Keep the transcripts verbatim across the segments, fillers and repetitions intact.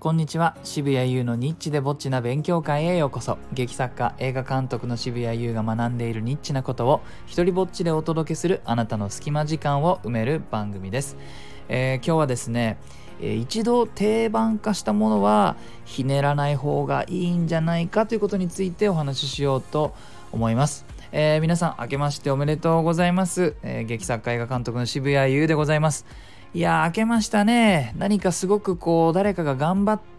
こんにちは。渋谷優のニッチでぼっちな勉強会へようこそ。劇作家、映画監督の渋谷優が学んでいるニッチなことを一人ぼっちでお届けするあなたの隙間時間を埋める番組です。えー、今日はですね、えー、一度定番化したものはひねらない方がいいんじゃないかということについてお話ししようと思います。えー、皆さん明けましておめでとうございます。えー、劇作家、映画監督の渋谷優でございます。いやー明けましたね。何かすごくこう誰かが頑張って、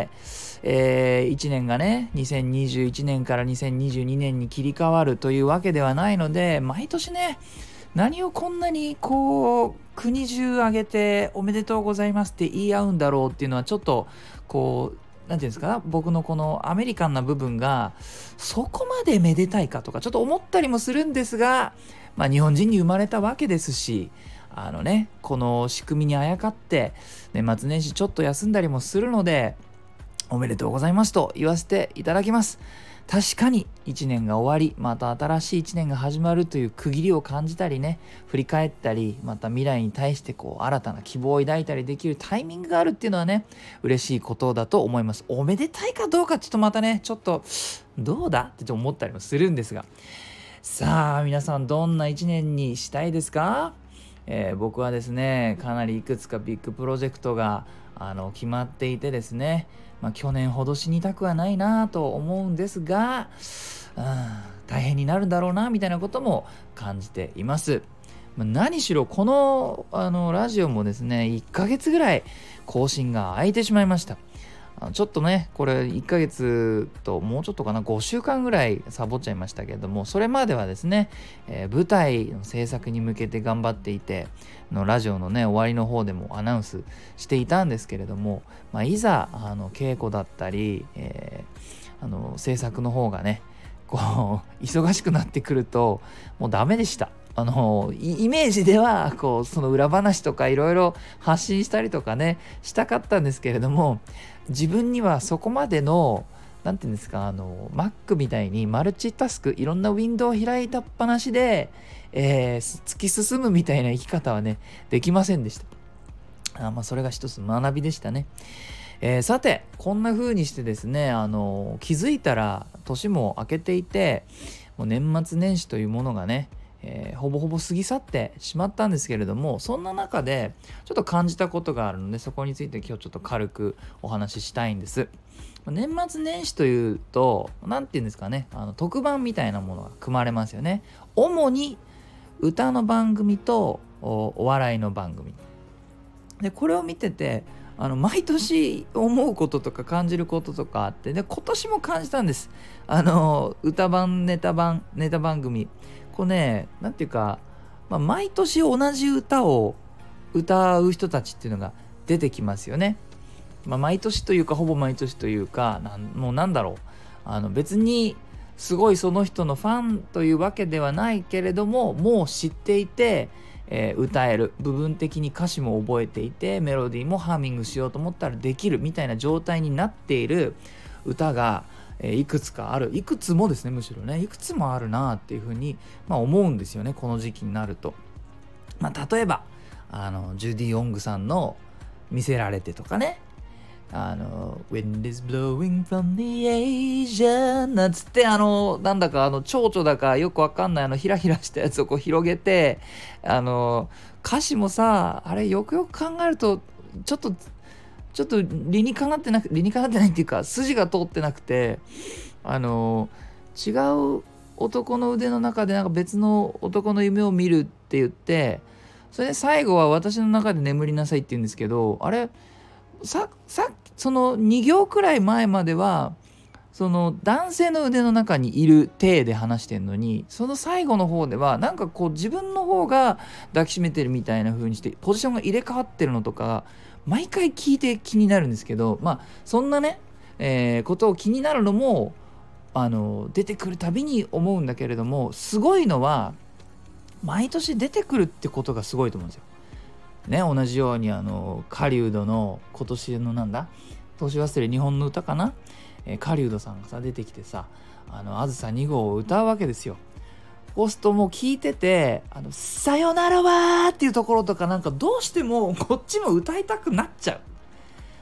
えー、いちねんがねにせんにじゅういちねんからにせんにじゅうにねんに切り替わるというわけではないので、毎年ね何をこんなにこう国中挙げておめでとうございますって言い合うんだろうっていうのはちょっとこうなんていうんですか、僕のこのアメリカンな部分がそこまでめでたいかとかちょっと思ったりもするんですが、まあ日本人に生まれたわけですし、あのねこの仕組みにあやかって年末年始ちょっと休んだりもするので、おめでとうございますと言わせていただきます。確かにいちねんが終わり、また新しいいちねんが始まるという区切りを感じたりね、振り返ったり、また未来に対してこう新たな希望を抱いたりできるタイミングがあるっていうのはね、嬉しいことだと思います。おめでたいかどうかちょっとまたねちょっとどうだってちょっと思ったりもするんですが、さあ皆さんどんないちねんにしたいですか？えー、僕はですねかなりいくつかビッグプロジェクトがあの決まっていてですね、まあ、去年ほど死にたくはないなと思うんですが、うん、大変になるんだろうなみたいなことも感じています。まあ、何しろこの、あのラジオもですねいっかげつぐらい更新が空いてしまいました。ちょっとねこれいっかげつともうちょっとかなごしゅうかんぐらいサボっちゃいましたけれども、それまではですね、えー、舞台の制作に向けて頑張っていてのラジオのね終わりの方でもアナウンスしていたんですけれども、まあ、いざあの稽古だったり、えー、あの制作の方がねこう忙しくなってくるともうダメでした。あのイメージではこうその裏話とかいろいろ発信したりとかねしたかったんですけれども、自分にはそこまでのなんていうんですか、あの Mac みたいにマルチタスクいろんなウィンドウを開いたっぱなしで、えー、突き進むみたいな生き方はねできませんでした。あ、まあ、それが一つ学びでしたね。えー、さてこんな風にしてですね、あの気づいたら年も明けていて、もう年末年始というものがねえー、ほぼほぼ過ぎ去ってしまったんですけれども、そんな中でちょっと感じたことがあるので、そこについて今日ちょっと軽くお話ししたいんです。年末年始というと何て言うんですかね、あの特番みたいなものが組まれますよね。主に歌の番組と お, お笑いの番組で、これを見ててあの毎年思うこととか感じることとかあって、で今年も感じたんです。あの歌番ネタ番ネタ番組こうね、なんていうか、まあ、毎年同じ歌を歌う人たちっていうのが出てきますよね。まあ、毎年というかほぼ毎年というかなんもうなんだろう、あの別にすごいその人のファンというわけではないけれども、もう知っていて、えー、歌える、部分的に歌詞も覚えていてメロディーもハーミングしようと思ったらできるみたいな状態になっている歌がいくつかある、いくつもですね、むしろねいくつもあるなっていうふうに、まあ、思うんですよね、この時期になると。まあ、例えばあのジュディ・オングさんの見せられてとかね、あの Wind is blowing from the Asia なんつって、あのなんだかあの蝶々だかよくわかんないあのヒラヒラしたやつをこう広げて、あの歌詞もさ、あれよくよく考えるとちょっとちょっと理にかなってなく理にかなってないっていうか筋が通ってなくて、あの違う男の腕の中でなんか別の男の夢を見るって言って、それで最後は私の中で眠りなさいって言うんですけど、あれささそのに行くらい前まではその男性の腕の中にいる体で話してんのに、その最後の方ではなんかこう自分の方が抱きしめてるみたいな風にしてポジションが入れ替わってるのとか毎回聞いて気になるんですけど、まあそんなね、えー、ことを気になるのもあの出てくるたびに思うんだけれども、すごいのは毎年出てくるってことがすごいと思うんですよ。ね、同じようにあの狩人の今年のなんだ年忘れ日本の歌かな、えー、狩人さんがさ出てきてさ、あのあずさに号を歌うわけですよ。そうするともう聞いてて、あのさよならはーっていうところとかなんかどうしてもこっちも歌いたくなっちゃう。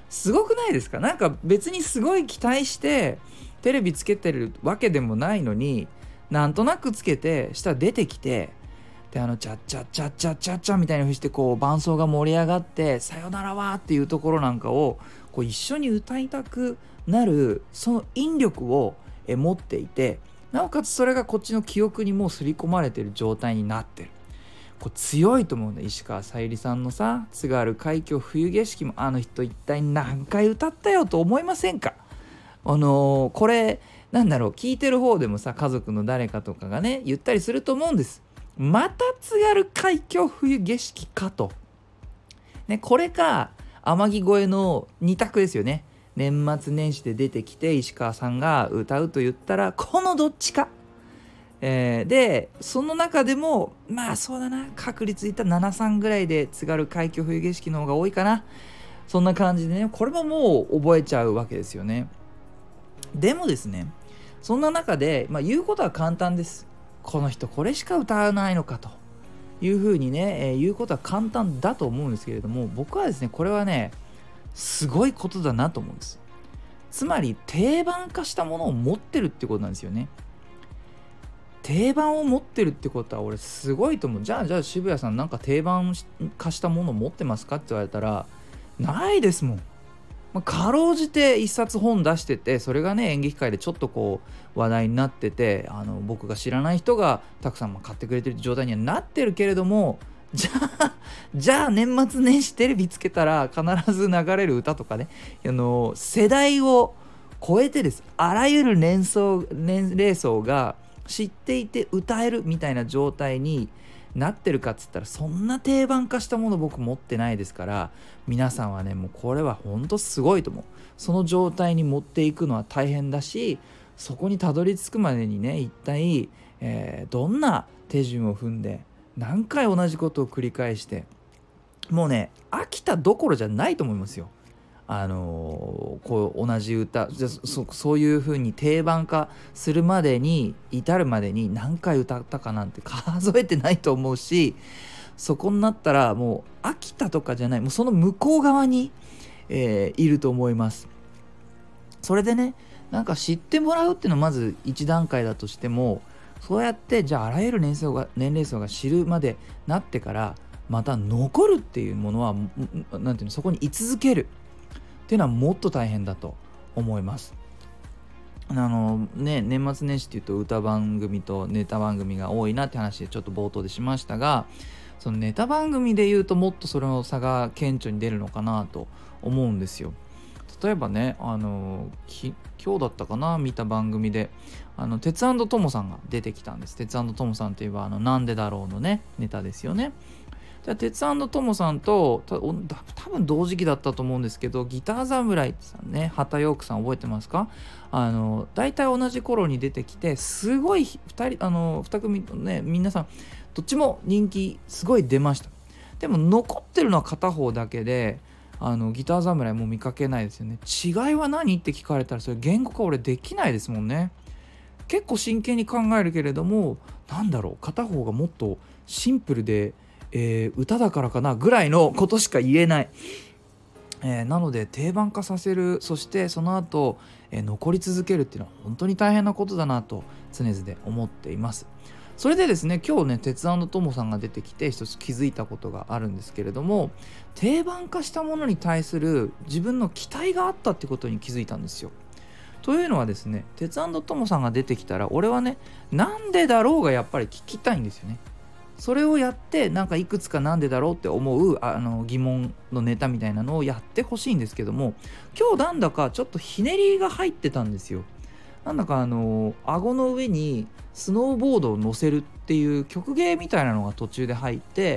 すごくないですか？なんか別にすごい期待してテレビつけてるわけでもないのに、なんとなくつけてしたら出てきて、であのチャッチャッチャッチャッチャッチャみたいな風にしてこう伴奏が盛り上がってさよならはっていうところなんかをこう一緒に歌いたくなる、その引力をえ持っていて、なおかつそれがこっちの記憶にもう刷り込まれてる状態になってる。こう強いと思うんだ。石川さゆりさんのさ津軽海峡冬景色もあの人一体何回歌ったよと思いませんか？あのー、これなんだろう、聞いてる方でもさ家族の誰かとかがね言ったりすると思うんです。また津軽海峡冬景色かと、ね、これか天城越えのに択ですよね。年末年始で出てきて石川さんが歌うと言ったらこのどっちか、えー、でその中でもまあそうだな、確率いったらななさんぐらいで津軽海峡冬景色の方が多いかな。そんな感じでね、これももう覚えちゃうわけですよね。でもですね、そんな中で、まあ、言うことは簡単です。この人これしか歌わないのかというふうにね、えー、言うことは簡単だと思うんですけれども、僕はですねこれはねすごいことだなと思うんです。つまり定番化したものを持ってるってことなんですよね。定番を持ってるってことは俺すごいと思う。じゃあじゃあ渋谷さんなんか定番化したものを持ってますかって言われたらないですもん。まあ、かろうじて一冊本出してて、それがね演劇界でちょっとこう話題になってて、あの僕が知らない人がたくさん買ってくれてる状態にはなってるけれども、じゃあじゃあ年末年始テレビつけたら必ず流れる歌とかね、あの世代を超えてです、あらゆる年層年齢層が知っていて歌えるみたいな状態になってるかっつったら、そんな定番化したもの僕持ってないですから、皆さんはねもうこれはほんとすごいと思う。その状態に持っていくのは大変だし、そこにたどり着くまでにね一体、えー、どんな手順を踏んで何回同じことを繰り返して、もうね飽きたどころじゃないと思いますよ。あのー、こう同じ歌じゃ そ, そういう風に定番化するまでに至るまでに何回歌ったかなんて数えてないと思うし、そこになったらもう飽きたとかじゃない、もうその向こう側に、えー、いると思います。それでね、なんか知ってもらうっていうのはまず一段階だとしても、そうやってじゃああらゆる年層が年齢層が知るまでなってからまた残るっていうものはなんていうの、そこに居続けるっていうのはもっと大変だと思います。あのね、年末年始っていうと歌番組とネタ番組が多いなって話でちょっと冒頭でしましたが、そのネタ番組で言うともっとそれの差が顕著に出るのかなと思うんですよ。例えばね、あのき今日だったかな、見た番組であの鉄腕トモさんが出てきたんです。鉄腕トモさんといえばあのなんでだろうのねネタですよね。じゃあ鉄腕トモさんとた多分同時期だったと思うんですけど、ギター侍さんね、畑陽区さん覚えてますか？あの大体同じ頃に出てきて、すごいふたりあのに組ね、皆さんどっちも人気すごい出ました。でも残ってるのは片方だけで、あのギター侍も見かけないですよね。違いは何って聞かれたらそれ言語化俺できないですもんね。結構真剣に考えるけれども、なんだろう、片方がもっとシンプルで、えー、歌だからかなぐらいのことしか言えない、えー、なので定番化させる、そしてその後、えー、残り続けるっていうのは本当に大変なことだなと常々思っています。それでですね、今日ね鉄腕トモさんが出てきて一つ気づいたことがあるんですけれども、定番化したものに対する自分の期待があったってことに気づいたんですよ。というのはですね、鉄腕トモさんが出てきたら俺はね、なんでだろうがやっぱり聞きたいんですよね。それをやってなんかいくつかなんでだろうって思うあの疑問のネタみたいなのをやってほしいんですけども、今日なんだかちょっとひねりが入ってたんですよ。なんだかあの顎の上にスノーボードを乗せるっていう曲芸みたいなのが途中で入って、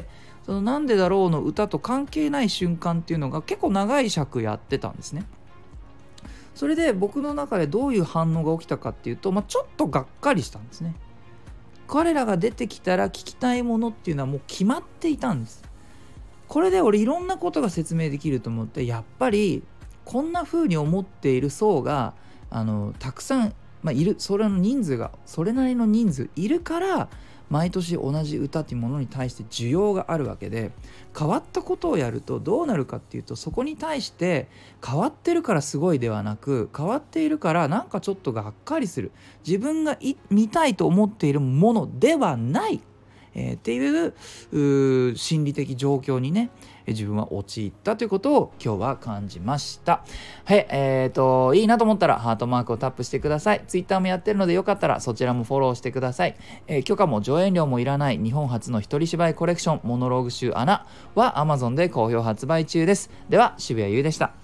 そのなんでだろうの歌と関係ない瞬間っていうのが結構長い尺やってたんですね。それで僕の中でどういう反応が起きたかっていうと、まあ、ちょっとがっかりしたんですね。彼らが出てきたら聞きたいものっていうのはもう決まっていたんです。これで俺いろんなことが説明できると思って、やっぱりこんな風に思っている層があのたくさん、まあ、いる、それの人数がそれなりの人数いるから毎年同じ歌っていうものに対して需要があるわけで、変わったことをやるとどうなるかっていうと、そこに対して変わってるからすごいではなく、変わっているからなんかちょっとがっかりする、自分がい見たいと思っているものではない、えー、っていう、うー心理的状況にね自分は陥ったということを今日は感じました。はい、えーといいなと思ったらハートマークをタップしてください。ツイッターもやってるのでよかったらそちらもフォローしてください。えー許可も上演料もいらない日本初の一人芝居コレクションモノローグ集アナは Amazon で好評発売中です。では渋谷優でした。